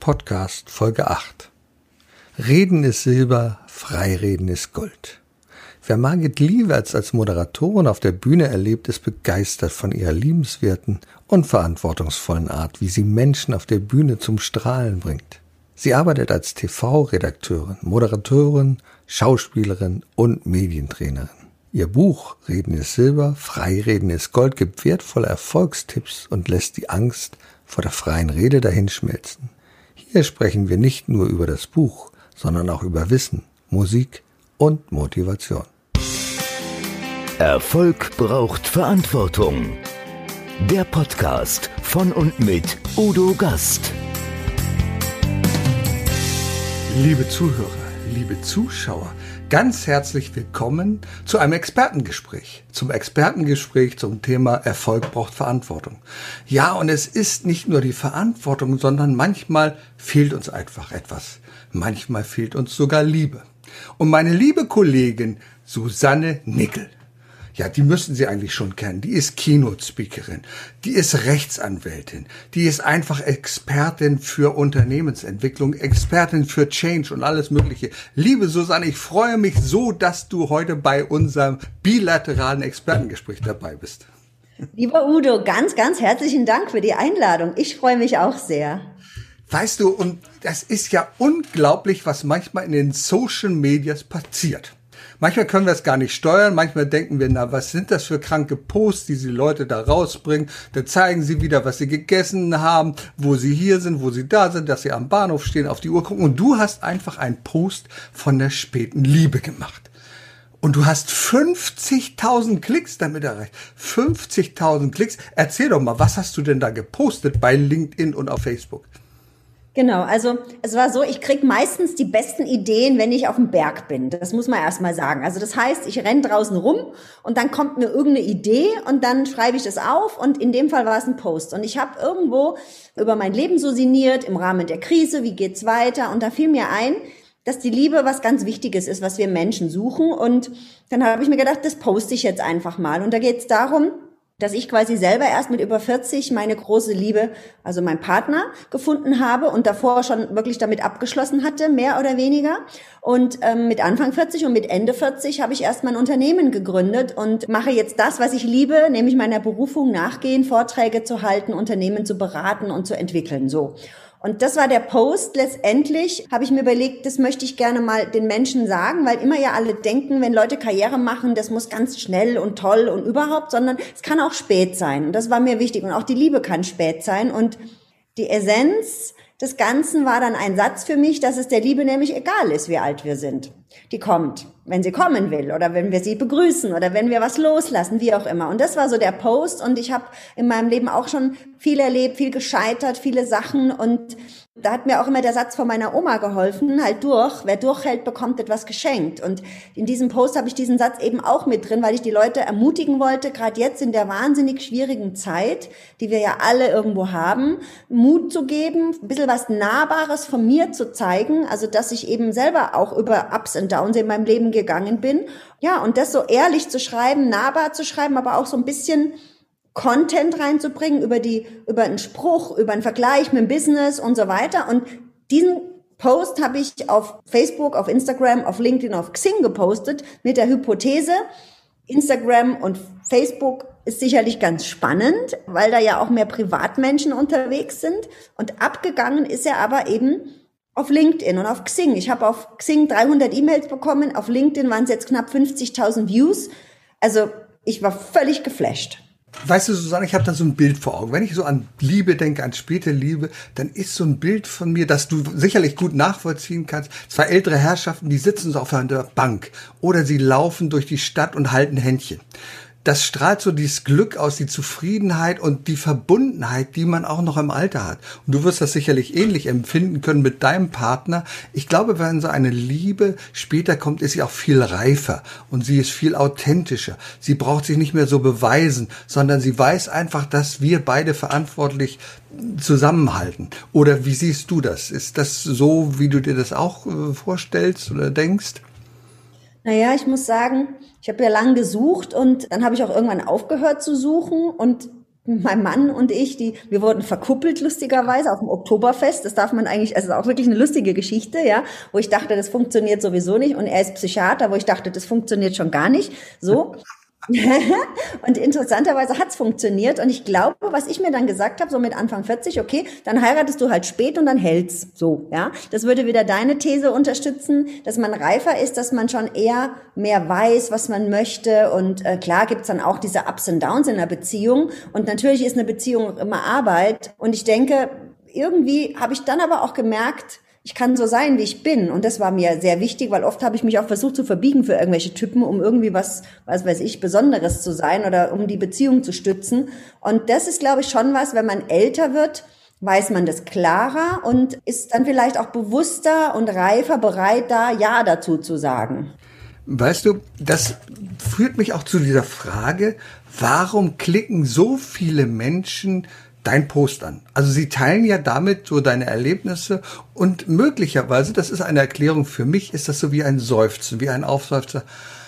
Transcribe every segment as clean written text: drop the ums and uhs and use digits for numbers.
Podcast Folge 8. Reden ist Silber, Freireden ist Gold. Wer Margit Liewerts als Moderatorin auf der Bühne erlebt, ist begeistert von ihrer liebenswerten und verantwortungsvollen Art, wie sie Menschen auf der Bühne zum Strahlen bringt. Sie arbeitet als TV-Redakteurin, Moderatorin, Schauspielerin und Medientrainerin. Ihr Buch Reden ist Silber, Freireden ist Gold gibt wertvolle Erfolgstipps und lässt die Angst vor der freien Rede dahinschmelzen. Hier sprechen wir nicht nur über das Buch, sondern auch über Wissen, Musik und Motivation. Erfolg braucht Verantwortung. Der Podcast von und mit Udo Gast. Liebe Zuhörer, liebe Zuschauer, ganz herzlich willkommen zu einem Expertengespräch. Zum Expertengespräch zum Thema Erfolg braucht Verantwortung. Ja, und es ist nicht nur die Verantwortung, sondern manchmal fehlt uns einfach etwas. Manchmal fehlt uns sogar Liebe. Und meine liebe Kollegin Susanne Nickel, ja, die müssen Sie eigentlich schon kennen. Die ist Keynote-Speakerin, die ist Rechtsanwältin, die ist einfach Expertin für Unternehmensentwicklung, Expertin für Change und alles Mögliche. Liebe Susanne, ich freue mich so, dass du heute bei unserem bilateralen Expertengespräch dabei bist. Lieber Udo, ganz, ganz herzlichen Dank für die Einladung. Ich freue mich auch sehr. Weißt du, und das ist ja unglaublich, was manchmal in den Social Medias passiert. Manchmal können wir es gar nicht steuern, manchmal denken wir, na, was sind das für kranke Posts, die Leute da rausbringen? Da zeigen sie wieder, was sie gegessen haben, wo sie hier sind, wo sie da sind, dass sie am Bahnhof stehen, auf die Uhr gucken. Und du hast einfach einen Post von der späten Liebe gemacht. Und du hast 50.000 Klicks damit erreicht. 50.000 Klicks. Erzähl doch mal, was hast du denn da gepostet bei LinkedIn und auf Facebook? Genau, also es war so, ich krieg meistens die besten Ideen, wenn ich auf dem Berg bin. Das muss man erst mal sagen. Also das heißt, ich renne draußen rum und dann kommt mir irgendeine Idee und dann schreibe ich das auf und in dem Fall war es ein Post. Und ich habe irgendwo über mein Leben so sinniert im Rahmen der Krise, wie geht's weiter? Und da fiel mir ein, dass die Liebe was ganz Wichtiges ist, was wir Menschen suchen. Und dann habe ich mir gedacht, das poste ich jetzt einfach mal. Und da geht's darum, dass ich quasi selber erst mit über 40 meine große Liebe, also meinen Partner, gefunden habe und davor schon wirklich damit abgeschlossen hatte, mehr oder weniger. Und mit Anfang 40 und mit Ende 40 habe ich erst mein Unternehmen gegründet und mache jetzt das, was ich liebe, nämlich meiner Berufung nachgehen, Vorträge zu halten, Unternehmen zu beraten und zu entwickeln, so. Und das war der Post. Letztendlich habe ich mir überlegt, das möchte ich gerne mal den Menschen sagen, weil immer ja alle denken, wenn Leute Karriere machen, das muss ganz schnell und toll und überhaupt, sondern es kann auch spät sein. Und das war mir wichtig. Und auch die Liebe kann spät sein. Und die Essenz des Ganzen war dann ein Satz für mich, dass es der Liebe nämlich egal ist, wie alt wir sind. Die kommt, wenn sie kommen will oder wenn wir sie begrüßen oder wenn wir was loslassen, wie auch immer. Und das war so der Post und ich habe in meinem Leben auch schon viel erlebt, viel gescheitert, viele Sachen und da hat mir auch immer der Satz von meiner Oma geholfen, halt durch, wer durchhält, bekommt etwas geschenkt. Und in diesem Post habe ich diesen Satz eben auch mit drin, weil ich die Leute ermutigen wollte, gerade jetzt in der wahnsinnig schwierigen Zeit, die wir ja alle irgendwo haben, Mut zu geben, ein bisschen was Nahbares von mir zu zeigen, also dass ich eben selber auch über Ups und Downs in meinem Leben gegangen bin. Ja, und das so ehrlich zu schreiben, nahbar zu schreiben, aber auch so ein bisschen Content reinzubringen über einen Spruch, über einen Vergleich mit dem Business und so weiter. Und diesen Post habe ich auf Facebook, auf Instagram, auf LinkedIn, auf Xing gepostet mit der Hypothese, Instagram und Facebook ist sicherlich ganz spannend, weil da ja auch mehr Privatmenschen unterwegs sind. Und abgegangen ist er aber eben auf LinkedIn und auf Xing. Ich habe auf Xing 300 E-Mails bekommen, auf LinkedIn waren es jetzt knapp 50.000 Views. Also ich war völlig geflasht. Weißt du, Susanne, ich habe da so ein Bild vor Augen. Wenn ich so an Liebe denke, an späte Liebe, dann ist so ein Bild von mir, das du sicherlich gut nachvollziehen kannst. Zwei ältere Herrschaften, die sitzen so auf einer Bank oder sie laufen durch die Stadt und halten Händchen. Das strahlt so dieses Glück aus, die Zufriedenheit und die Verbundenheit, die man auch noch im Alter hat. Und du wirst das sicherlich ähnlich empfinden können mit deinem Partner. Ich glaube, wenn so eine Liebe später kommt, ist sie auch viel reifer und sie ist viel authentischer. Sie braucht sich nicht mehr so beweisen, sondern sie weiß einfach, dass wir beide verantwortlich zusammenhalten. Oder wie siehst du das? Ist das so, wie du dir das auch vorstellst oder denkst? Naja, ich muss sagen, ich habe ja lang gesucht und dann habe ich auch irgendwann aufgehört zu suchen und mein Mann und ich, wir wurden verkuppelt lustigerweise auf dem Oktoberfest. Das darf man eigentlich, also auch wirklich eine lustige Geschichte, ja, wo ich dachte, das funktioniert sowieso nicht. Und er ist Psychiater, wo ich dachte, das funktioniert schon gar nicht. So. Und interessanterweise hat's funktioniert. Und ich glaube, was ich mir dann gesagt habe, so mit Anfang 40, okay, dann heiratest du halt spät und dann hält's so, ja. Das würde wieder deine These unterstützen, dass man reifer ist, dass man schon eher mehr weiß, was man möchte. Und klar gibt's dann auch diese Ups und Downs in einer Beziehung. Und natürlich ist eine Beziehung immer Arbeit. Und ich denke, irgendwie habe ich dann aber auch gemerkt, ich kann so sein, wie ich bin. Und das war mir sehr wichtig, weil oft habe ich mich auch versucht zu verbiegen für irgendwelche Typen, um irgendwie was weiß ich, Besonderes zu sein oder um die Beziehung zu stützen. Und das ist, glaube ich, schon was, wenn man älter wird, weiß man das klarer und ist dann vielleicht auch bewusster und reifer bereit, da Ja dazu zu sagen. Weißt du, das führt mich auch zu dieser Frage, warum klicken so viele Menschen dein Post an? Also sie teilen ja damit so deine Erlebnisse und möglicherweise, das ist eine Erklärung für mich, ist das so wie ein Seufzen, wie ein Aufseufzer.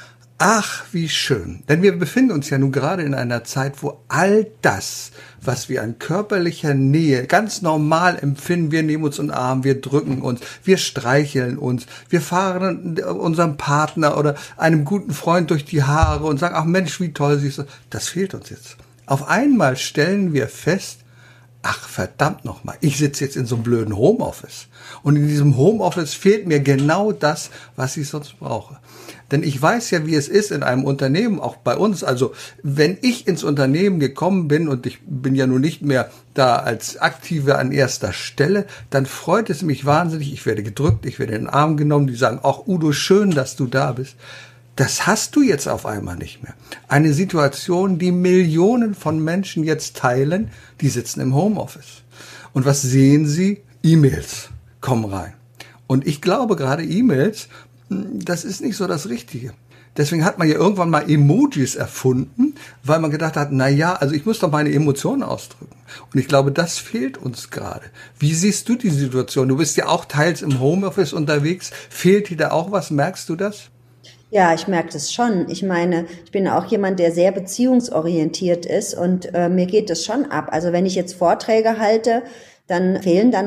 Ach, wie schön. Denn wir befinden uns ja nun gerade in einer Zeit, wo all das, was wir an körperlicher Nähe ganz normal empfinden, wir nehmen uns in den Arm, wir drücken uns, wir streicheln uns, wir fahren unserem Partner oder einem guten Freund durch die Haare und sagen, ach Mensch, wie toll siehst du, das fehlt uns jetzt. Auf einmal stellen wir fest, ach verdammt nochmal, ich sitze jetzt in so einem blöden Homeoffice. Und in diesem Homeoffice fehlt mir genau das, was ich sonst brauche. Denn ich weiß ja, wie es ist in einem Unternehmen, auch bei uns. Also wenn ich ins Unternehmen gekommen bin und ich bin ja nun nicht mehr da als Aktive an erster Stelle, dann freut es mich wahnsinnig. Ich werde gedrückt, ich werde in den Arm genommen. Die sagen, ach Udo, schön, dass du da bist. Das hast du jetzt auf einmal nicht mehr. Eine Situation, die Millionen von Menschen jetzt teilen, die sitzen im Homeoffice. Und was sehen sie? E-Mails kommen rein. Und ich glaube gerade E-Mails, das ist nicht so das Richtige. Deswegen hat man ja irgendwann mal Emojis erfunden, weil man gedacht hat, na ja, also ich muss doch meine Emotionen ausdrücken. Und ich glaube, das fehlt uns gerade. Wie siehst du die Situation? Du bist ja auch teils im Homeoffice unterwegs. Fehlt dir da auch was? Merkst du das? Ja, ich merke das schon. Ich meine, ich bin auch jemand, der sehr beziehungsorientiert ist und mir geht das schon ab. Also wenn ich jetzt Vorträge halte, dann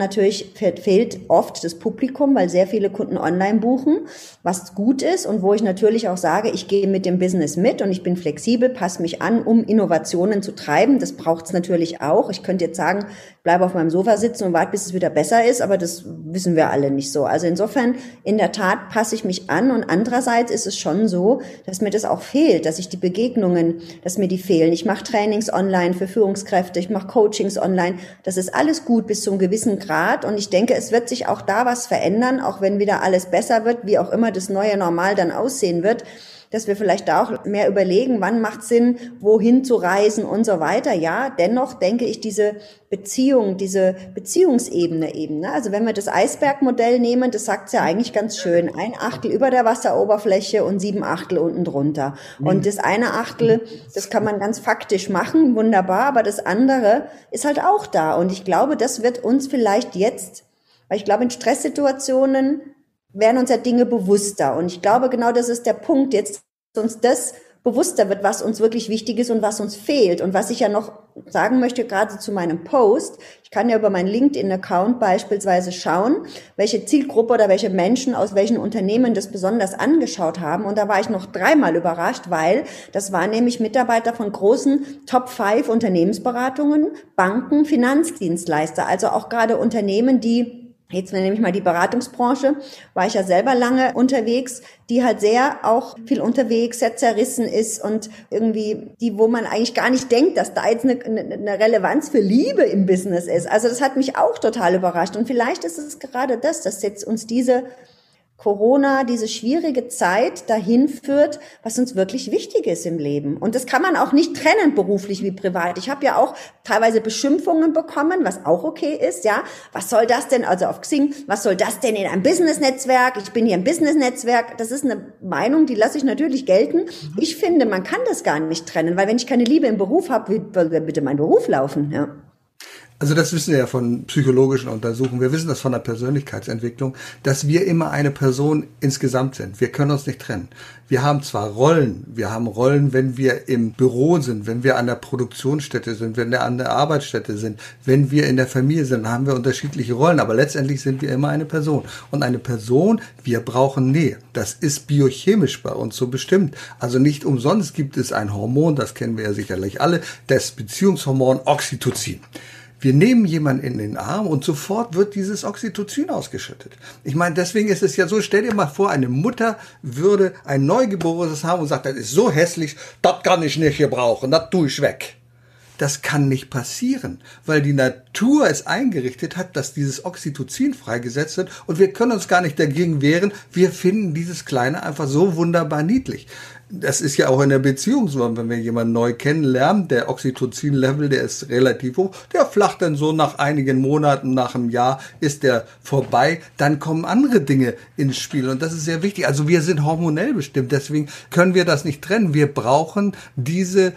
fehlt oft das Publikum, weil sehr viele Kunden online buchen, was gut ist und wo ich natürlich auch sage, ich gehe mit dem Business mit und ich bin flexibel, passe mich an, um Innovationen zu treiben. Das braucht es natürlich auch. Ich könnte jetzt sagen, bleibe auf meinem Sofa sitzen und warte, bis es wieder besser ist, aber das wissen wir alle nicht so. Also insofern, in der Tat passe ich mich an und andererseits ist es schon so, dass mir das auch fehlt, dass ich die Begegnungen, dass mir die fehlen. Ich mache Trainings online für Führungskräfte, ich mache Coachings online. Das ist alles gut bis zu einem gewissen Grad und ich denke, es wird sich auch da was verändern, auch wenn wieder alles besser wird, wie auch immer das neue Normal dann aussehen wird, dass wir vielleicht da auch mehr überlegen, wann macht es Sinn, wohin zu reisen und so weiter. Ja, dennoch denke ich, diese Beziehungsebene eben. Ne? Also wenn wir das Eisbergmodell nehmen, das sagt es ja eigentlich ganz schön, 1/8 über der Wasseroberfläche und 7/8 unten drunter. Und das 1/8, das kann man ganz faktisch machen, wunderbar, aber das andere ist halt auch da. Und ich glaube, das wird uns vielleicht jetzt, weil ich glaube, in Stresssituationen werden uns ja Dinge bewusster. Und ich glaube, genau das ist der Punkt jetzt, dass uns das bewusster wird, was uns wirklich wichtig ist und was uns fehlt. Und was ich ja noch sagen möchte, gerade zu meinem Post, ich kann ja über meinen LinkedIn-Account beispielsweise schauen, welche Zielgruppe oder welche Menschen aus welchen Unternehmen das besonders angeschaut haben. Und da war ich noch 3-mal überrascht, weil das waren nämlich Mitarbeiter von großen Top-5 Unternehmensberatungen, Banken, Finanzdienstleister, also auch gerade Unternehmen, die jetzt nehme ich mal die Beratungsbranche, war ich ja selber lange unterwegs, die halt sehr auch viel unterwegs, sehr zerrissen ist und irgendwie die, wo man eigentlich gar nicht denkt, dass da jetzt eine Relevanz für Liebe im Business ist. Also das hat mich auch total überrascht und vielleicht ist es gerade das, dass jetzt uns diese Corona, diese schwierige Zeit dahin führt, was uns wirklich wichtig ist im Leben. Und das kann man auch nicht trennen, beruflich wie privat. Ich habe ja auch teilweise Beschimpfungen bekommen, was auch okay ist, ja. Was soll das denn, also auf Xing, was soll das denn in einem Business-Netzwerk? Ich bin hier im Business-Netzwerk. Das ist eine Meinung, die lasse ich natürlich gelten. Ich finde, man kann das gar nicht trennen, weil wenn ich keine Liebe im Beruf habe, wie soll bitte mein Beruf laufen, ja. Also das wissen wir ja von psychologischen Untersuchungen, wir wissen das von der Persönlichkeitsentwicklung, dass wir immer eine Person insgesamt sind. Wir können uns nicht trennen. Wir haben zwar Rollen, wenn wir im Büro sind, wenn wir an der Produktionsstätte sind, wenn wir an der Arbeitsstätte sind, wenn wir in der Familie sind, dann haben wir unterschiedliche Rollen, aber letztendlich sind wir immer eine Person. Und eine Person, wir brauchen Nähe. Das ist biochemisch bei uns so bestimmt. Also nicht umsonst gibt es ein Hormon, das kennen wir ja sicherlich alle, das Beziehungshormon Oxytocin. Wir nehmen jemanden in den Arm und sofort wird dieses Oxytocin ausgeschüttet. Ich meine, deswegen ist es ja so, stell dir mal vor, eine Mutter würde ein Neugeborenes haben und sagt, das ist so hässlich, das kann ich nicht gebrauchen, das tue ich weg. Das kann nicht passieren, weil die Natur es eingerichtet hat, dass dieses Oxytocin freigesetzt wird und wir können uns gar nicht dagegen wehren. Wir finden dieses Kleine einfach so wunderbar niedlich. Das ist ja auch in der Beziehung so, wenn wir jemanden neu kennenlernen, der Oxytocin-Level, der ist relativ hoch, der flacht dann so nach einigen Monaten, nach einem Jahr ist der vorbei, dann kommen andere Dinge ins Spiel und das ist sehr wichtig. Also wir sind hormonell bestimmt, deswegen können wir das nicht trennen. Wir brauchen dieses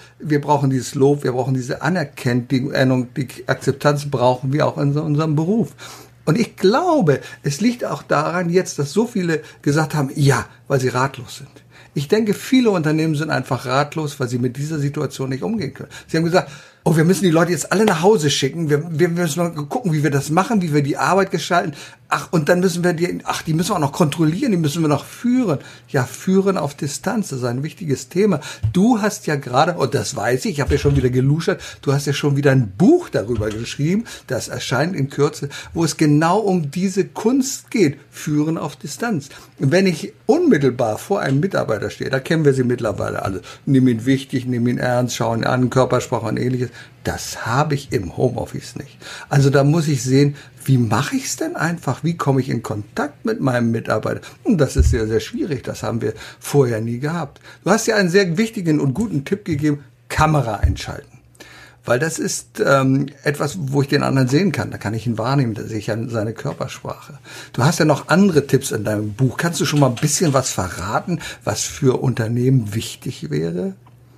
Lob, wir brauchen diese Anerkennung, die Akzeptanz brauchen wir auch in unserem Beruf. Und ich glaube, es liegt auch daran jetzt, dass so viele gesagt haben, ja, weil sie ratlos sind. Ich denke, viele Unternehmen sind einfach ratlos, weil sie mit dieser Situation nicht umgehen können. Sie haben gesagt, oh, wir müssen die Leute jetzt alle nach Hause schicken. Wir müssen mal gucken, wie wir das machen, wie wir die Arbeit gestalten. Ach, und dann müssen wir die müssen wir auch noch kontrollieren, die müssen wir noch führen. Ja, führen auf Distanz, das ist ein wichtiges Thema. Du hast ja gerade, und das weiß ich habe ja schon wieder geluschert, du hast ja schon wieder ein Buch darüber geschrieben, das erscheint in Kürze, wo es genau um diese Kunst geht, führen auf Distanz. Wenn ich unmittelbar vor einem Mitarbeiter stehe, da kennen wir sie mittlerweile alle, nimm ihn wichtig, nimm ihn ernst, schau ihn an, Körpersprache und ähnliches, das habe ich im Homeoffice nicht. Also da muss ich sehen, wie mache ich es denn einfach? Wie komme ich in Kontakt mit meinem Mitarbeiter? Und das ist sehr, sehr schwierig. Das haben wir vorher nie gehabt. Du hast ja einen sehr wichtigen und guten Tipp gegeben, Kamera einschalten. Weil das ist etwas, wo ich den anderen sehen kann. Da kann ich ihn wahrnehmen, da sehe ich ja seine Körpersprache. Du hast ja noch andere Tipps in deinem Buch. Kannst du schon mal ein bisschen was verraten, was für Unternehmen wichtig wäre?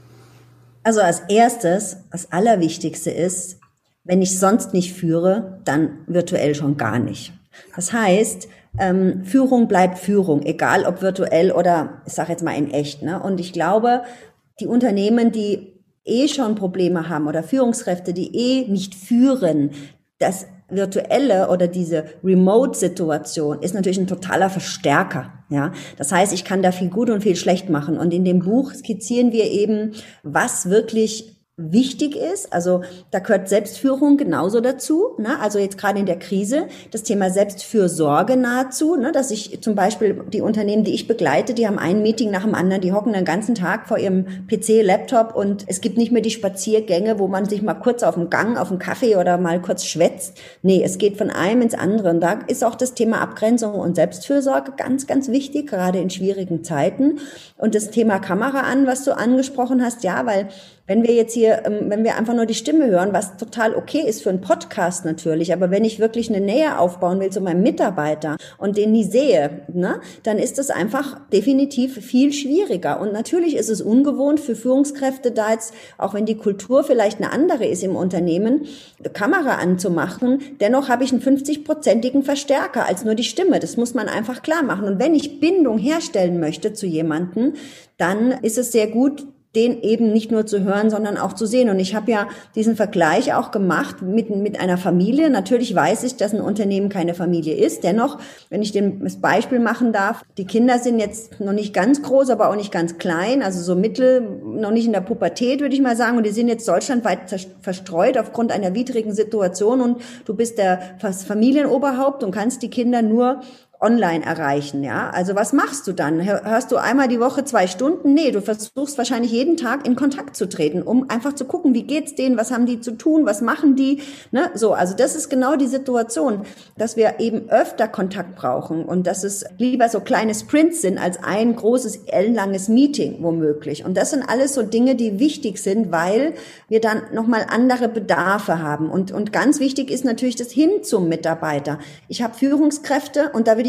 Also als erstes, das Allerwichtigste ist, wenn ich sonst nicht führe, dann virtuell schon gar nicht. Das heißt, Führung bleibt Führung, egal ob virtuell oder, ich sage jetzt mal in echt. Ne? Und ich glaube, die Unternehmen, die schon Probleme haben oder Führungskräfte, die nicht führen, das Virtuelle oder diese Remote-Situation ist natürlich ein totaler Verstärker. Ja, das heißt, ich kann da viel gut und viel schlecht machen. Und in dem Buch skizzieren wir eben, was wirklich wichtig ist. Also da gehört Selbstführung genauso dazu. Ne? Also jetzt gerade in der Krise das Thema Selbstfürsorge nahezu, ne? Dass ich zum Beispiel die Unternehmen, die ich begleite, die haben ein Meeting nach dem anderen, die hocken den ganzen Tag vor ihrem PC, Laptop und es gibt nicht mehr die Spaziergänge, wo man sich mal kurz auf dem Gang, auf dem Kaffee oder mal kurz schwätzt. Nee, es geht von einem ins andere. Und da ist auch das Thema Abgrenzung und Selbstfürsorge ganz, ganz wichtig, gerade in schwierigen Zeiten. Und das Thema Kamera an, was du angesprochen hast, ja, weil wenn wir jetzt hier, wenn wir einfach nur die Stimme hören, was total okay ist für einen Podcast natürlich, aber wenn ich wirklich eine Nähe aufbauen will zu meinem Mitarbeiter und den nie sehe, ne, dann ist das einfach definitiv viel schwieriger. Und natürlich ist es ungewohnt für Führungskräfte da jetzt, auch wenn die Kultur vielleicht eine andere ist im Unternehmen, Kamera anzumachen. Dennoch habe ich einen 50-prozentigen Verstärker als nur die Stimme. Das muss man einfach klar machen. Und wenn ich Bindung herstellen möchte zu jemandem, dann ist es sehr gut, den eben nicht nur zu hören, sondern auch zu sehen. Und ich habe ja diesen Vergleich auch gemacht mit einer Familie. Natürlich weiß ich, dass ein Unternehmen keine Familie ist. Dennoch, wenn ich das Beispiel machen darf, die Kinder sind jetzt noch nicht ganz groß, aber auch nicht ganz klein, also so mittel, noch nicht in der Pubertät, würde ich mal sagen. Und die sind jetzt deutschlandweit verstreut aufgrund einer widrigen Situation. Und du bist das Familienoberhaupt und kannst die Kinder nur online erreichen, ja. Also was machst du dann? Hörst du einmal die Woche 2 Stunden? Nee, du versuchst wahrscheinlich jeden Tag in Kontakt zu treten, um einfach zu gucken, wie geht's denen, was haben die zu tun, was machen die, ne? So, also das ist genau die Situation, dass wir eben öfter Kontakt brauchen und dass es lieber so kleine Sprints sind als ein großes, ellenlanges Meeting womöglich. Und das sind alles so Dinge, die wichtig sind, weil wir dann nochmal andere Bedarfe haben. Und ganz wichtig ist natürlich das hin zum Mitarbeiter. Ich habe Führungskräfte und da will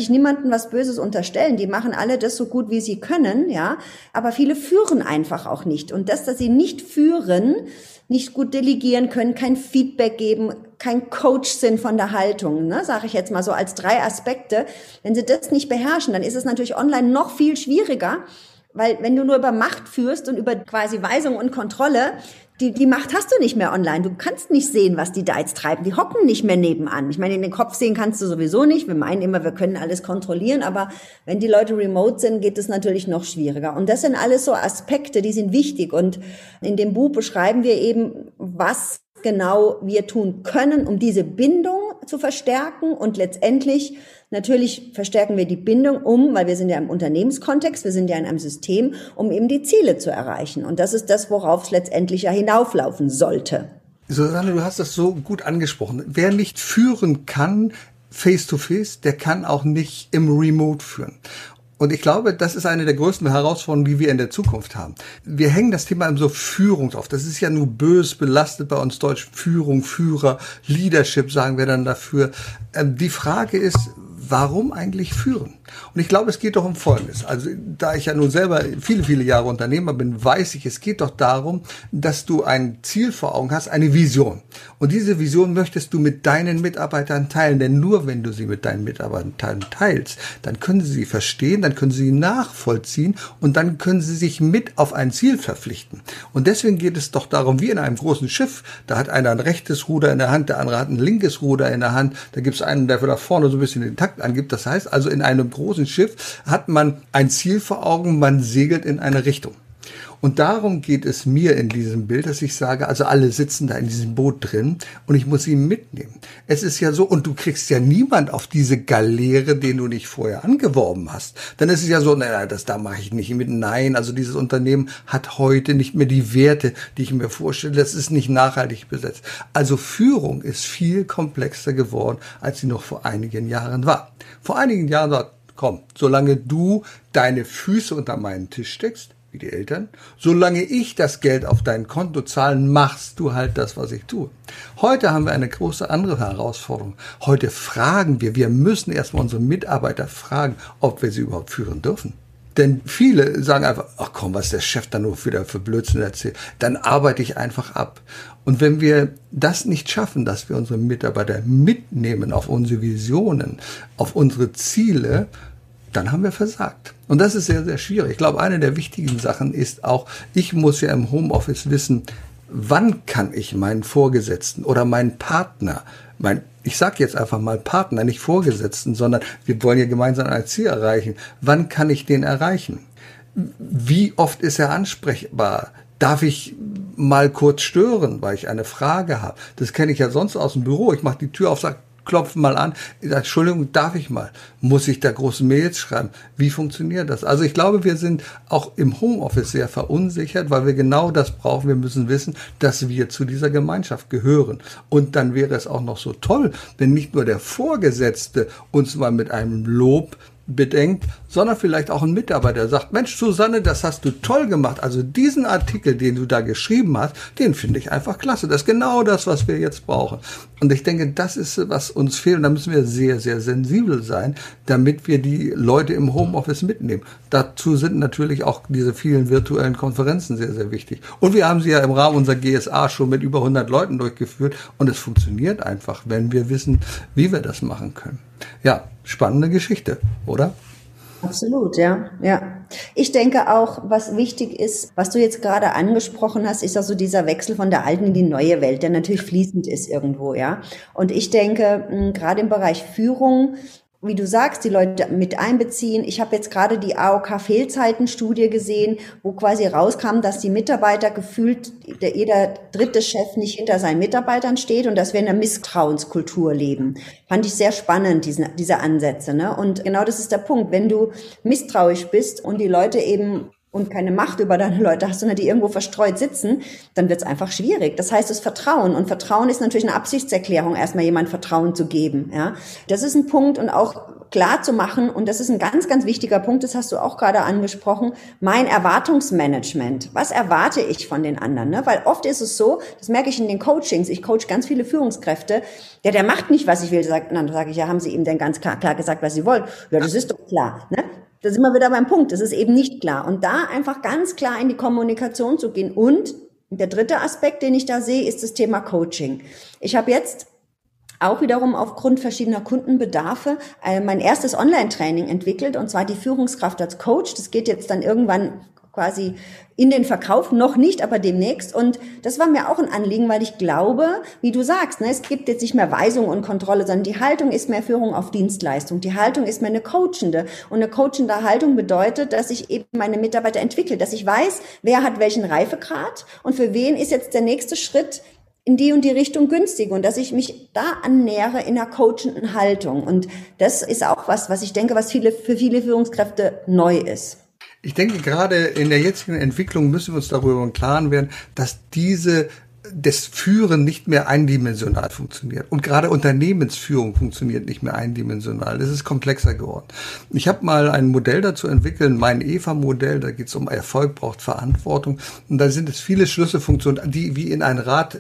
ich niemandem was Böses unterstellen. Die machen alle das so gut, wie sie können, ja. Aber viele führen einfach auch nicht. Und das, dass sie nicht führen, nicht gut delegieren können, kein Feedback geben, kein Coach sind von der Haltung, ne, sage ich jetzt mal so als 3 Aspekte. Wenn sie das nicht beherrschen, dann ist es natürlich online noch viel schwieriger, weil wenn du nur über Macht führst und über quasi Weisung und Kontrolle, die Macht hast du nicht mehr online. Du kannst nicht sehen, was die da jetzt treiben. Die hocken nicht mehr nebenan. Ich meine, in den Kopf sehen kannst du sowieso nicht. Wir meinen immer, wir können alles kontrollieren, aber wenn die Leute remote sind, geht es natürlich noch schwieriger. Und das sind alles so Aspekte, die sind wichtig. Und in dem Buch beschreiben wir eben, was genau wir tun können, um diese Bindung zu verstärken. Und letztendlich, natürlich verstärken wir die Bindung weil wir sind ja im Unternehmenskontext, wir sind ja in einem System, um eben die Ziele zu erreichen. Und das ist das, worauf es letztendlich ja hinauflaufen sollte. Susanne, du hast das so gut angesprochen. Wer nicht führen kann, face-to-face, der kann auch nicht im Remote führen. Und ich glaube, das ist eine der größten Herausforderungen, die wir in der Zukunft haben. Wir hängen das Thema so Führung auf. Das ist ja nur bös belastet bei uns Deutsch. Führung, Führer, Leadership sagen wir dann dafür. Die Frage ist, warum eigentlich führen? Und ich glaube, es geht doch um Folgendes. Also, da ich ja nun selber viele, viele Jahre Unternehmer bin, weiß ich, es geht doch darum, dass du ein Ziel vor Augen hast, eine Vision. Und diese Vision möchtest du mit deinen Mitarbeitern teilen. Denn nur wenn du sie mit deinen Mitarbeitern teilst, dann können sie verstehen, dann können sie nachvollziehen und dann können sie sich mit auf ein Ziel verpflichten. Und deswegen geht es doch darum, wie in einem großen Schiff, da hat einer ein rechtes Ruder in der Hand, der andere hat ein linkes Ruder in der Hand, da gibt es einen, der da vorne so ein bisschen den Takt angibt. Das heißt also, in einem großen Schiff hat man ein Ziel vor Augen, man segelt in eine Richtung. Und darum geht es mir in diesem Bild, dass ich sage, also alle sitzen da in diesem Boot drin und ich muss sie mitnehmen. Es ist ja so, und du kriegst ja niemand auf diese Galeere, den du nicht vorher angeworben hast. Dann ist es ja so, naja, da mache ich nicht mit. Nein, also dieses Unternehmen hat heute nicht mehr die Werte, die ich mir vorstelle. Das ist nicht nachhaltig besetzt. Also Führung ist viel komplexer geworden, als sie noch vor einigen Jahren war. Vor einigen Jahren war, komm, solange du deine Füße unter meinen Tisch steckst, wie die Eltern, solange ich das Geld auf dein Konto zahle, machst du halt das, was ich tue. Heute haben wir eine große andere Herausforderung. Heute fragen wir müssen erstmal unsere Mitarbeiter fragen, ob wir sie überhaupt führen dürfen. Denn viele sagen einfach, ach komm, was der Chef da nur wieder für Blödsinn erzählt, dann arbeite ich einfach ab. Und wenn wir das nicht schaffen, dass wir unsere Mitarbeiter mitnehmen auf unsere Visionen, auf unsere Ziele, dann haben wir versagt. Und das ist sehr, sehr schwierig. Ich glaube, eine der wichtigen Sachen ist auch, ich muss ja im Homeoffice wissen, wann kann ich meinen Vorgesetzten oder meinen Partner, ich sage jetzt einfach mal Partner, nicht Vorgesetzten, sondern wir wollen ja gemeinsam ein Ziel erreichen. Wann kann ich den erreichen? Wie oft ist er ansprechbar? Darf ich mal kurz stören, weil ich eine Frage habe? Das kenne ich ja sonst aus dem Büro. Ich mache die Tür auf, sage, klopfe mal an, ich sage, Entschuldigung, darf ich mal? Muss ich da große Mails schreiben? Wie funktioniert das? Also ich glaube, wir sind auch im Homeoffice sehr verunsichert, weil wir genau das brauchen. Wir müssen wissen, dass wir zu dieser Gemeinschaft gehören. Und dann wäre es auch noch so toll, wenn nicht nur der Vorgesetzte uns mal mit einem Lob bedenkt, sondern vielleicht auch ein Mitarbeiter, der sagt, Mensch, Susanne, das hast du toll gemacht. Also diesen Artikel, den du da geschrieben hast, den finde ich einfach klasse. Das ist genau das, was wir jetzt brauchen. Und ich denke, das ist, was uns fehlt. Und da müssen wir sehr, sehr sensibel sein, damit wir die Leute im Homeoffice mitnehmen. Dazu sind natürlich auch diese vielen virtuellen Konferenzen sehr, sehr wichtig. Und wir haben sie ja im Rahmen unserer GSA schon mit über 100 Leuten durchgeführt. Und es funktioniert einfach, wenn wir wissen, wie wir das machen können. Ja, spannende Geschichte, oder? Absolut, ja. Ich denke auch, was wichtig ist, was du jetzt gerade angesprochen hast, ist also dieser Wechsel von der alten in die neue Welt, der natürlich fließend ist irgendwo, ja. Und ich denke, gerade im Bereich Führung, wie du sagst, die Leute mit einbeziehen. Ich habe jetzt gerade die AOK-Fehlzeiten-Studie gesehen, wo quasi rauskam, dass die Mitarbeiter gefühlt, jeder dritte Chef nicht hinter seinen Mitarbeitern steht und dass wir in einer Misstrauenskultur leben. Fand ich sehr spannend, diese Ansätze, ne? Und genau das ist der Punkt. Wenn du misstrauisch bist und die Leute eben und keine Macht über deine Leute hast, sondern die irgendwo verstreut sitzen, dann wird es einfach schwierig. Das heißt, das Vertrauen. Und Vertrauen ist natürlich eine Absichtserklärung, erstmal jemand Vertrauen zu geben. Ja, das ist ein Punkt. Und auch klar zu machen, und das ist ein ganz, ganz wichtiger Punkt, das hast du auch gerade angesprochen, mein Erwartungsmanagement. Was erwarte ich von den anderen? Ne? Weil oft ist es so, das merke ich in den Coachings, ich coach ganz viele Führungskräfte, der macht nicht, was ich will. Dann sage ich, ja, haben Sie ihm denn ganz klar gesagt, was Sie wollen? Ja, das ist doch klar. Ne? Da sind wir wieder beim Punkt, das ist eben nicht klar. Und da einfach ganz klar in die Kommunikation zu gehen. Und der dritte Aspekt, den ich da sehe, ist das Thema Coaching. Ich habe jetzt auch wiederum aufgrund verschiedener Kundenbedarfe mein erstes Online-Training entwickelt, und zwar die Führungskraft als Coach. Das geht jetzt dann irgendwann quasi in den Verkauf, noch nicht, aber demnächst. Und das war mir auch ein Anliegen, weil ich glaube, wie du sagst, ne, es gibt jetzt nicht mehr Weisung und Kontrolle, sondern die Haltung ist mehr Führung auf Dienstleistung. Die Haltung ist mehr eine coachende. Und eine coachende Haltung bedeutet, dass ich eben meine Mitarbeiter entwickle, dass ich weiß, wer hat welchen Reifegrad und für wen ist jetzt der nächste Schritt in die und die Richtung günstig, und dass ich mich da annähere in einer coachenden Haltung. Und das ist auch was ich denke, was für viele Führungskräfte neu ist. Ich denke, gerade in der jetzigen Entwicklung müssen wir uns darüber im Klaren werden, dass das Führen nicht mehr eindimensional funktioniert. Und gerade Unternehmensführung funktioniert nicht mehr eindimensional. Es ist komplexer geworden. Ich habe mal ein Modell dazu entwickelt, mein EVA-Modell, da geht es um Erfolg braucht Verantwortung. Und da sind es viele Schlüsselfunktionen, die wie in ein Rad,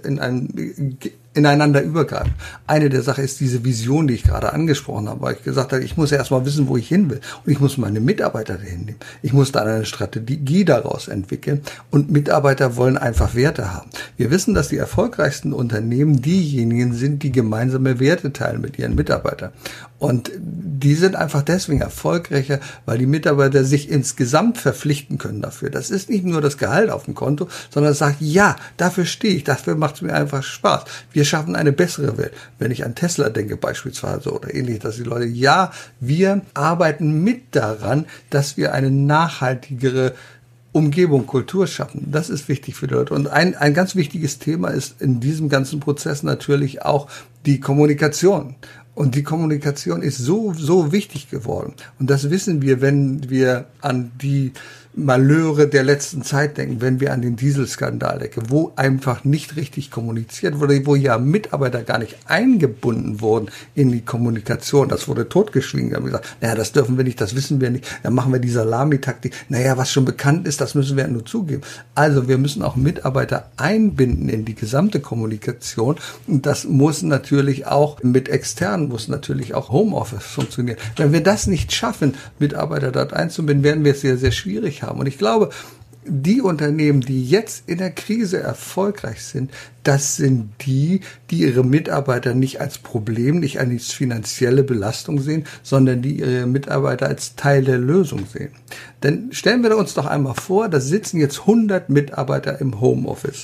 ineinander übergreifen. Eine der Sachen ist diese Vision, die ich gerade angesprochen habe, weil ich gesagt habe, ich muss ja erstmal wissen, wo ich hin will. Und ich muss meine Mitarbeiter dahin nehmen. Ich muss dann eine Strategie daraus entwickeln. Und Mitarbeiter wollen einfach Werte haben. Wir wissen, dass die erfolgreichsten Unternehmen diejenigen sind, die gemeinsame Werte teilen mit ihren Mitarbeitern. Und die sind einfach deswegen erfolgreicher, weil die Mitarbeiter sich insgesamt verpflichten können dafür. Das ist nicht nur das Gehalt auf dem Konto, sondern es sagt, ja, dafür stehe ich, dafür macht es mir einfach Spaß. Wir schaffen eine bessere Welt. Wenn ich an Tesla denke beispielsweise oder ähnlich, dass die Leute, ja, wir arbeiten mit daran, dass wir eine nachhaltigere Umgebung, Kultur schaffen. Das ist wichtig für die Leute. Und ein ganz wichtiges Thema ist in diesem ganzen Prozess natürlich auch die Kommunikation. Und die Kommunikation ist so wichtig geworden. Und das wissen wir, wenn wir an die Malheure der letzten Zeit denken, wenn wir an den Dieselskandal denken, wo einfach nicht richtig kommuniziert wurde, wo ja Mitarbeiter gar nicht eingebunden wurden in die Kommunikation. Das wurde totgeschwiegen. Wir haben gesagt, naja, das dürfen wir nicht, das wissen wir nicht. Dann machen wir die Salamitaktik. Naja, was schon bekannt ist, das müssen wir nur zugeben. Also wir müssen auch Mitarbeiter einbinden in die gesamte Kommunikation. Und das muss natürlich auch mit externen, muss natürlich auch Homeoffice funktionieren. Wenn wir das nicht schaffen, Mitarbeiter dort einzubinden, werden wir es sehr, sehr schwierig haben. Und ich glaube, die Unternehmen, die jetzt in der Krise erfolgreich sind, das sind die ihre Mitarbeiter nicht als Problem, nicht als finanzielle Belastung sehen, sondern die ihre Mitarbeiter als Teil der Lösung sehen. Denn stellen wir uns doch einmal vor, da sitzen jetzt 100 Mitarbeiter im Homeoffice.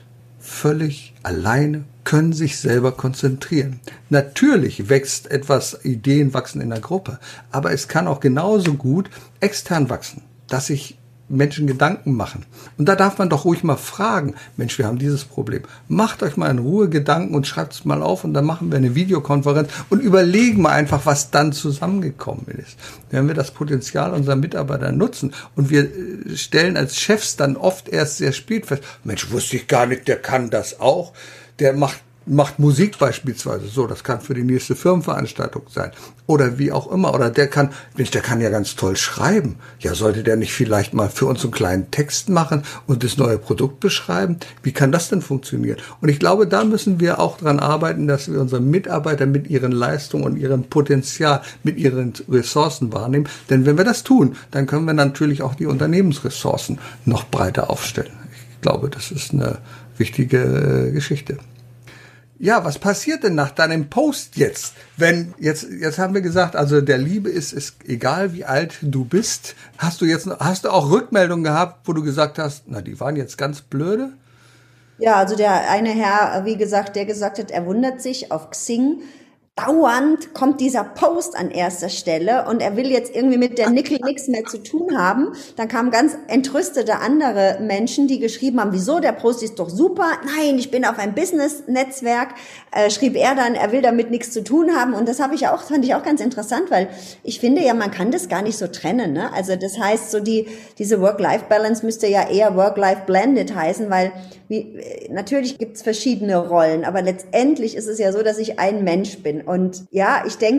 Völlig alleine, können sich selber konzentrieren. Natürlich Ideen wachsen in der Gruppe, aber es kann auch genauso gut extern wachsen, dass sich Menschen Gedanken machen. Und da darf man doch ruhig mal fragen, Mensch, wir haben dieses Problem. Macht euch mal in Ruhe Gedanken und schreibt es mal auf und dann machen wir eine Videokonferenz und überlegen mal einfach, was dann zusammengekommen ist. Wenn wir das Potenzial unserer Mitarbeiter nutzen und wir stellen als Chefs dann oft erst sehr spät fest, Mensch, wusste ich gar nicht, der kann das auch, der macht Musik beispielsweise, so, das kann für die nächste Firmenveranstaltung sein oder wie auch immer, oder der kann ja ganz toll schreiben, ja, sollte der nicht vielleicht mal für uns einen kleinen Text machen und das neue Produkt beschreiben, wie kann das denn funktionieren? Und ich glaube, da müssen wir auch dran arbeiten, dass wir unsere Mitarbeiter mit ihren Leistungen und ihrem Potenzial, mit ihren Ressourcen wahrnehmen, denn wenn wir das tun, dann können wir natürlich auch die Unternehmensressourcen noch breiter aufstellen. Ich glaube, das ist eine wichtige Geschichte. Ja, was passiert denn nach deinem Post jetzt? Wenn jetzt haben wir gesagt, also der Liebe ist egal, wie alt du bist. Hast du auch Rückmeldungen gehabt, wo du gesagt hast, na, die waren jetzt ganz blöde? Ja, also der eine Herr, wie gesagt, der gesagt hat, er wundert sich auf Xing. Dauernd kommt dieser Post an erster Stelle und er will jetzt irgendwie mit der Nickel nichts mehr zu tun haben. Dann kamen ganz entrüstete andere Menschen, die geschrieben haben, wieso, der Post ist doch super. Nein, ich bin auf einem Business-Netzwerk, schrieb er dann, er will damit nichts zu tun haben. Und das fand ich auch ganz interessant, weil ich finde ja, man kann das gar nicht so trennen, ne? Also das heißt, so diese Work-Life-Balance müsste ja eher Work-Life-Blended heißen, weil natürlich gibt's verschiedene Rollen, aber letztendlich ist es ja so, dass ich ein Mensch bin. Und ja, ich denke,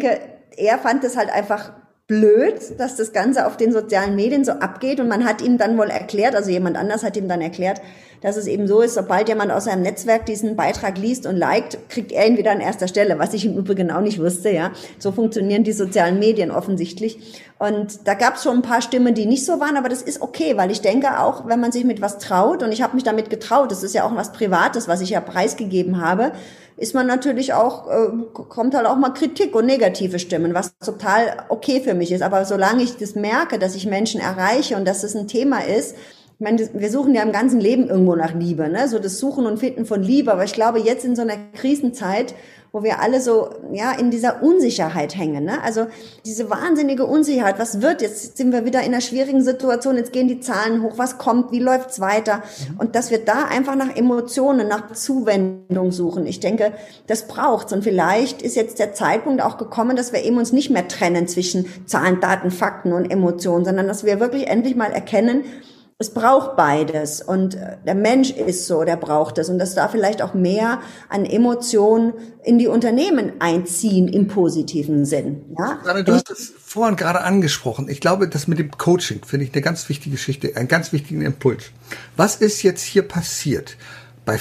er fand es halt einfach blöd, dass das Ganze auf den sozialen Medien so abgeht, und man hat ihm dann wohl erklärt, also jemand anders hat ihm dann erklärt, dass es eben so ist, sobald jemand aus seinem Netzwerk diesen Beitrag liest und liked, kriegt er ihn wieder an erster Stelle, was ich im Übrigen auch nicht wusste, ja. So funktionieren die sozialen Medien offensichtlich. Und da gab es schon ein paar Stimmen, die nicht so waren, aber das ist okay, weil ich denke auch, wenn man sich mit was traut, und ich habe mich damit getraut, das ist ja auch was Privates, was ich ja preisgegeben habe, ist man natürlich auch, kommt halt auch mal Kritik und negative Stimmen, was total okay für mich ist. Aber solange ich das merke, dass ich Menschen erreiche und dass das ein Thema ist, ich meine, wir suchen ja im ganzen Leben irgendwo nach Liebe, ne? So das Suchen und Finden von Liebe. Aber ich glaube, jetzt in so einer Krisenzeit, wo wir alle so, ja, in dieser Unsicherheit hängen, ne? Also diese wahnsinnige Unsicherheit, was wird? Jetzt sind wir wieder in einer schwierigen Situation, jetzt gehen die Zahlen hoch, was kommt, wie läuft's weiter? Und dass wir da einfach nach Emotionen, nach Zuwendung suchen. Ich denke, das braucht's. Und vielleicht ist jetzt der Zeitpunkt auch gekommen, dass wir eben uns nicht mehr trennen zwischen Zahlen, Daten, Fakten und Emotionen, sondern dass wir wirklich endlich mal erkennen, es braucht beides, und der Mensch ist so, der braucht es, und dass da vielleicht auch mehr an Emotionen in die Unternehmen einziehen im positiven Sinn. Ja? Du hast es vorhin gerade angesprochen. Ich glaube, das mit dem Coaching finde ich eine ganz wichtige Geschichte, einen ganz wichtigen Impuls. Was ist jetzt hier passiert? Bei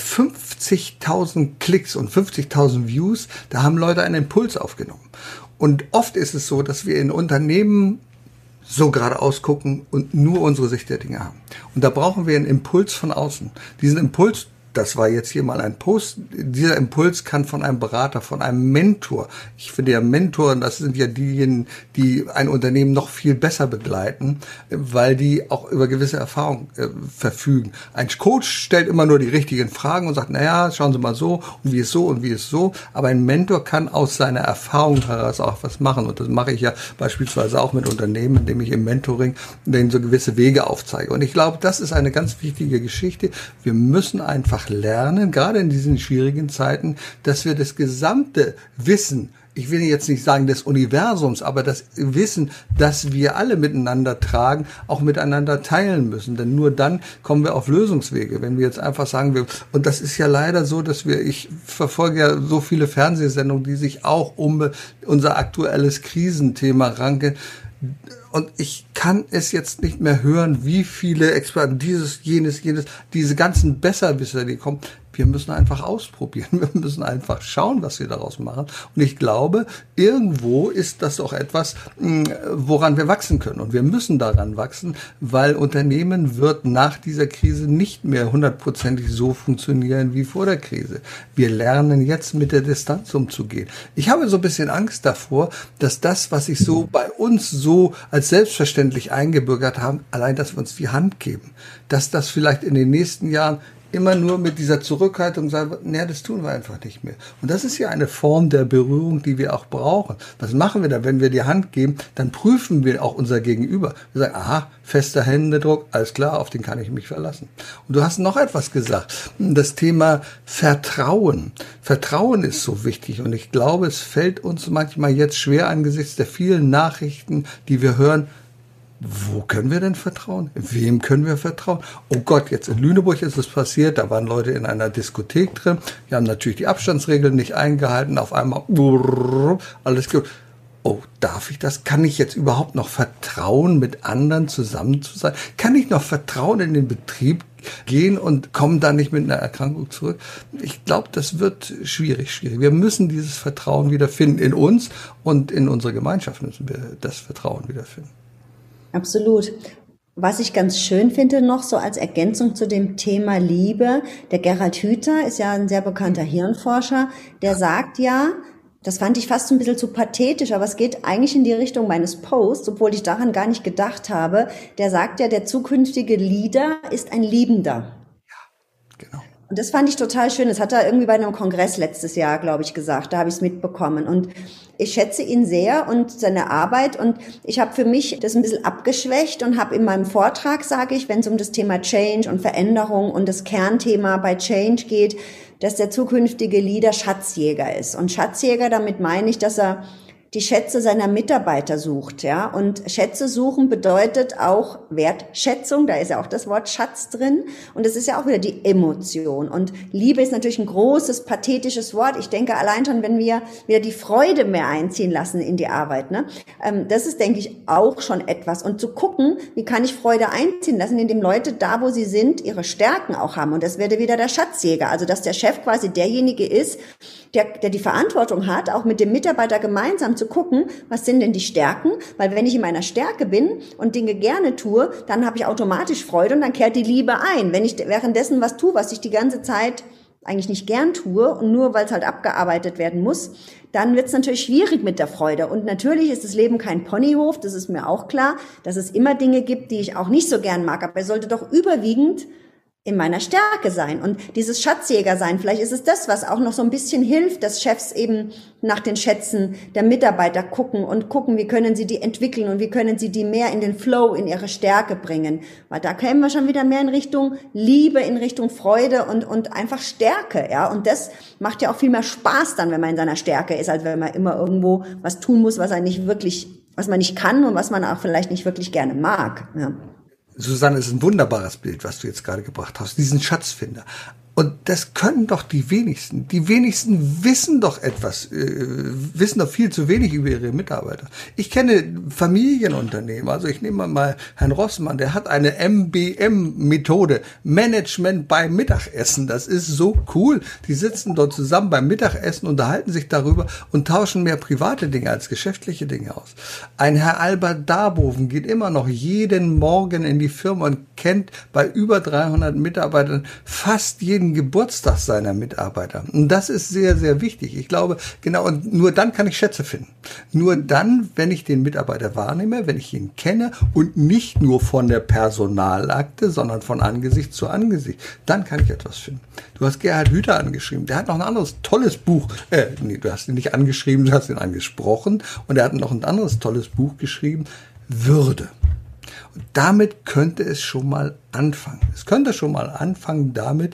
50.000 Klicks und 50.000 Views, da haben Leute einen Impuls aufgenommen. Und oft ist es so, dass wir in Unternehmen so geradeaus gucken und nur unsere Sicht der Dinge haben. Und da brauchen wir einen Impuls von außen. Diesen Impuls, das war jetzt hier mal ein Post, dieser Impuls kann von einem Berater, von einem Mentor. Ich finde ja Mentoren, das sind ja diejenigen, die ein Unternehmen noch viel besser begleiten, weil die auch über gewisse Erfahrung verfügen. Ein Coach stellt immer nur die richtigen Fragen und sagt, naja, schauen Sie mal so und wie ist so und wie ist so. Aber ein Mentor kann aus seiner Erfahrung heraus auch was machen. Und das mache ich ja beispielsweise auch mit Unternehmen, indem ich im Mentoring denen so gewisse Wege aufzeige. Und ich glaube, das ist eine ganz wichtige Geschichte. Wir müssen einfach lernen, gerade in diesen schwierigen Zeiten, dass wir das gesamte Wissen, ich will jetzt nicht sagen des Universums, aber das Wissen, das wir alle miteinander tragen, auch miteinander teilen müssen. Denn nur dann kommen wir auf Lösungswege. Wenn wir jetzt einfach sagen, und das ist ja leider so, dass ich verfolge ja so viele Fernsehsendungen, die sich auch um unser aktuelles Krisenthema ranken. Und ich kann es jetzt nicht mehr hören, wie viele Experten, jenes, diese ganzen Besserwisser, die kommen. Wir müssen einfach ausprobieren. Wir müssen einfach schauen, was wir daraus machen. Und ich glaube, irgendwo ist das auch etwas, woran wir wachsen können. Und wir müssen daran wachsen, weil Unternehmen wird nach dieser Krise nicht mehr 100% so funktionieren wie vor der Krise. Wir lernen jetzt mit der Distanz umzugehen. Ich habe so ein bisschen Angst davor, dass das, was sich so bei uns so als selbstverständlich eingebürgert haben, allein, dass wir uns die Hand geben, dass das vielleicht in den nächsten Jahren immer nur mit dieser Zurückhaltung sagen, nee, das tun wir einfach nicht mehr. Und das ist ja eine Form der Berührung, die wir auch brauchen. Was machen wir da? Wenn wir die Hand geben, dann prüfen wir auch unser Gegenüber. Wir sagen, aha, fester Händedruck, alles klar, auf den kann ich mich verlassen. Und du hast noch etwas gesagt, das Thema Vertrauen. Vertrauen ist so wichtig, und ich glaube, es fällt uns manchmal jetzt schwer angesichts der vielen Nachrichten, die wir hören. Wo können wir denn vertrauen? Wem können wir vertrauen? Oh Gott, jetzt in Lüneburg ist es passiert, da waren Leute in einer Diskothek drin, die haben natürlich die Abstandsregeln nicht eingehalten, auf einmal alles gut. Oh, darf ich das? Kann ich jetzt überhaupt noch vertrauen, mit anderen zusammen zu sein? Kann ich noch vertrauen in den Betrieb gehen und komme da nicht mit einer Erkrankung zurück? Ich glaube, das wird schwierig. Wir müssen dieses Vertrauen wiederfinden in uns, und in unsere Gemeinschaft müssen wir das Vertrauen wiederfinden. Absolut. Was ich ganz schön finde noch, so als Ergänzung zu dem Thema Liebe, der Gerhard Hüther ist ja ein sehr bekannter Hirnforscher, der sagt ja, das fand ich fast ein bisschen zu pathetisch, aber es geht eigentlich in die Richtung meines Posts, obwohl ich daran gar nicht gedacht habe, der sagt ja, der zukünftige Leader ist ein Liebender. Ja, genau. Und das fand ich total schön. Das hat er irgendwie bei einem Kongress letztes Jahr, glaube ich, gesagt. Da habe ich es mitbekommen. Und ich schätze ihn sehr und seine Arbeit. Und ich habe für mich das ein bisschen abgeschwächt und habe in meinem Vortrag, sage ich, wenn es um das Thema Change und Veränderung und das Kernthema bei Change geht, dass der zukünftige Leader Schatzjäger ist. Und Schatzjäger, damit meine ich, dass er die Schätze seiner Mitarbeiter sucht, ja. Und Schätze suchen bedeutet auch Wertschätzung. Da ist ja auch das Wort Schatz drin. Und es ist ja auch wieder die Emotion. Und Liebe ist natürlich ein großes, pathetisches Wort. Ich denke allein schon, wenn wir wieder die Freude mehr einziehen lassen in die Arbeit, ne. Das ist, denke ich, auch schon etwas. Und zu gucken, wie kann ich Freude einziehen lassen, indem Leute da, wo sie sind, ihre Stärken auch haben. Und das wäre wieder der Schatzjäger. Also, dass der Chef quasi derjenige ist, der die Verantwortung hat, auch mit dem Mitarbeiter gemeinsam zu gucken, was sind denn die Stärken, weil wenn ich in meiner Stärke bin und Dinge gerne tue, dann habe ich automatisch Freude und dann kehrt die Liebe ein. Wenn ich währenddessen was tue, was ich die ganze Zeit eigentlich nicht gern tue und nur weil es halt abgearbeitet werden muss, dann wird es natürlich schwierig mit der Freude. Und natürlich ist das Leben kein Ponyhof, das ist mir auch klar, dass es immer Dinge gibt, die ich auch nicht so gern mag, aber es sollte doch überwiegend in meiner Stärke sein und dieses Schatzjäger sein. Vielleicht ist es das, was auch noch so ein bisschen hilft, dass Chefs eben nach den Schätzen der Mitarbeiter gucken, wie können sie die entwickeln und wie können sie die mehr in den Flow, in ihre Stärke bringen. Weil da kämen wir schon wieder mehr in Richtung Liebe, in Richtung Freude und einfach Stärke, ja. Und das macht ja auch viel mehr Spaß dann, wenn man in seiner Stärke ist, als wenn man immer irgendwo was tun muss, was man nicht kann und was man auch vielleicht nicht wirklich gerne mag, ja. Susanne, ist ein wunderbares Bild, was du jetzt gerade gebracht hast, diesen Schatzfinder. Und das können doch die wenigsten. Die wenigsten wissen doch wissen doch viel zu wenig über ihre Mitarbeiter. Ich kenne Familienunternehmen, also ich nehme mal Herrn Rossmann, der hat eine MBM-Methode, Management beim Mittagessen. Das ist so cool. Die sitzen dort zusammen beim Mittagessen, unterhalten sich darüber und tauschen mehr private Dinge als geschäftliche Dinge aus. Ein Herr Albert Darboven geht immer noch jeden Morgen in die Firma und kennt bei über 300 Mitarbeitern fast jeden Geburtstag seiner Mitarbeiter. Und das ist sehr, sehr wichtig. Ich glaube, genau, und nur dann kann ich Schätze finden. Nur dann, wenn ich den Mitarbeiter wahrnehme, wenn ich ihn kenne und nicht nur von der Personalakte, sondern von Angesicht zu Angesicht, dann kann ich etwas finden. Du hast Gerhard Hüther angeschrieben. Der hat noch ein anderes tolles Buch. Du hast ihn nicht angeschrieben, du hast ihn angesprochen. Und er hat noch ein anderes tolles Buch geschrieben, Würde. Und damit könnte es schon mal anfangen. Es könnte schon mal anfangen damit,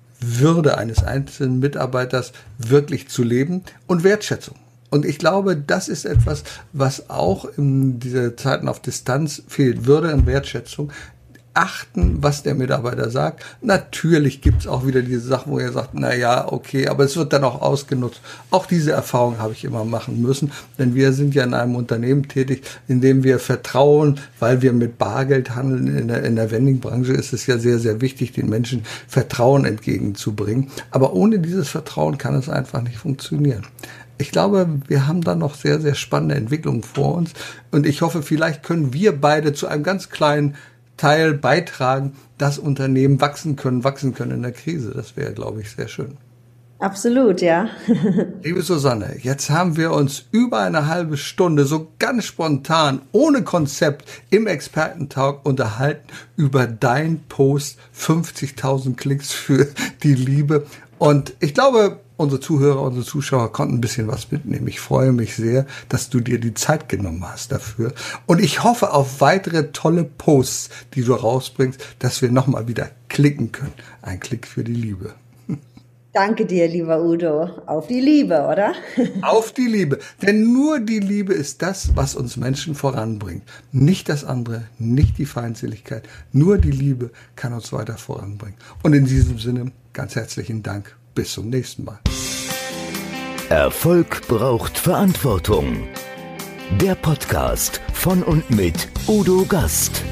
Würde eines einzelnen Mitarbeiters wirklich zu leben und Wertschätzung. Und ich glaube, das ist etwas, was auch in dieser Zeiten auf Distanz fehlt. Würde und Wertschätzung. Achten, was der Mitarbeiter sagt. Natürlich gibt's auch wieder diese Sachen, wo er sagt, na ja, okay, aber es wird dann auch ausgenutzt. Auch diese Erfahrung habe ich immer machen müssen, denn wir sind ja in einem Unternehmen tätig, in dem wir vertrauen, weil wir mit Bargeld handeln. In der Vending-Branche ist es ja sehr, sehr wichtig, den Menschen Vertrauen entgegenzubringen. Aber ohne dieses Vertrauen kann es einfach nicht funktionieren. Ich glaube, wir haben da noch sehr, sehr spannende Entwicklungen vor uns und ich hoffe, vielleicht können wir beide zu einem ganz kleinen Teil beitragen, dass Unternehmen wachsen können in der Krise. Das wäre, glaube ich, sehr schön. Absolut, ja. Liebe Susanne, jetzt haben wir uns über eine halbe Stunde so ganz spontan, ohne Konzept, im Expertentalk unterhalten über dein Post 50.000 Klicks für die Liebe. Und ich glaube, unsere Zuhörer, unsere Zuschauer konnten ein bisschen was mitnehmen. Ich freue mich sehr, dass du dir die Zeit genommen hast dafür. Und ich hoffe auf weitere tolle Posts, die du rausbringst, dass wir nochmal wieder klicken können. Ein Klick für die Liebe. Danke dir, lieber Udo. Auf die Liebe, oder? Auf die Liebe. Denn nur die Liebe ist das, was uns Menschen voranbringt. Nicht das andere, nicht die Feindseligkeit. Nur die Liebe kann uns weiter voranbringen. Und in diesem Sinne, ganz herzlichen Dank. Bis zum nächsten Mal. Erfolg braucht Verantwortung. Der Podcast von und mit Udo Gast.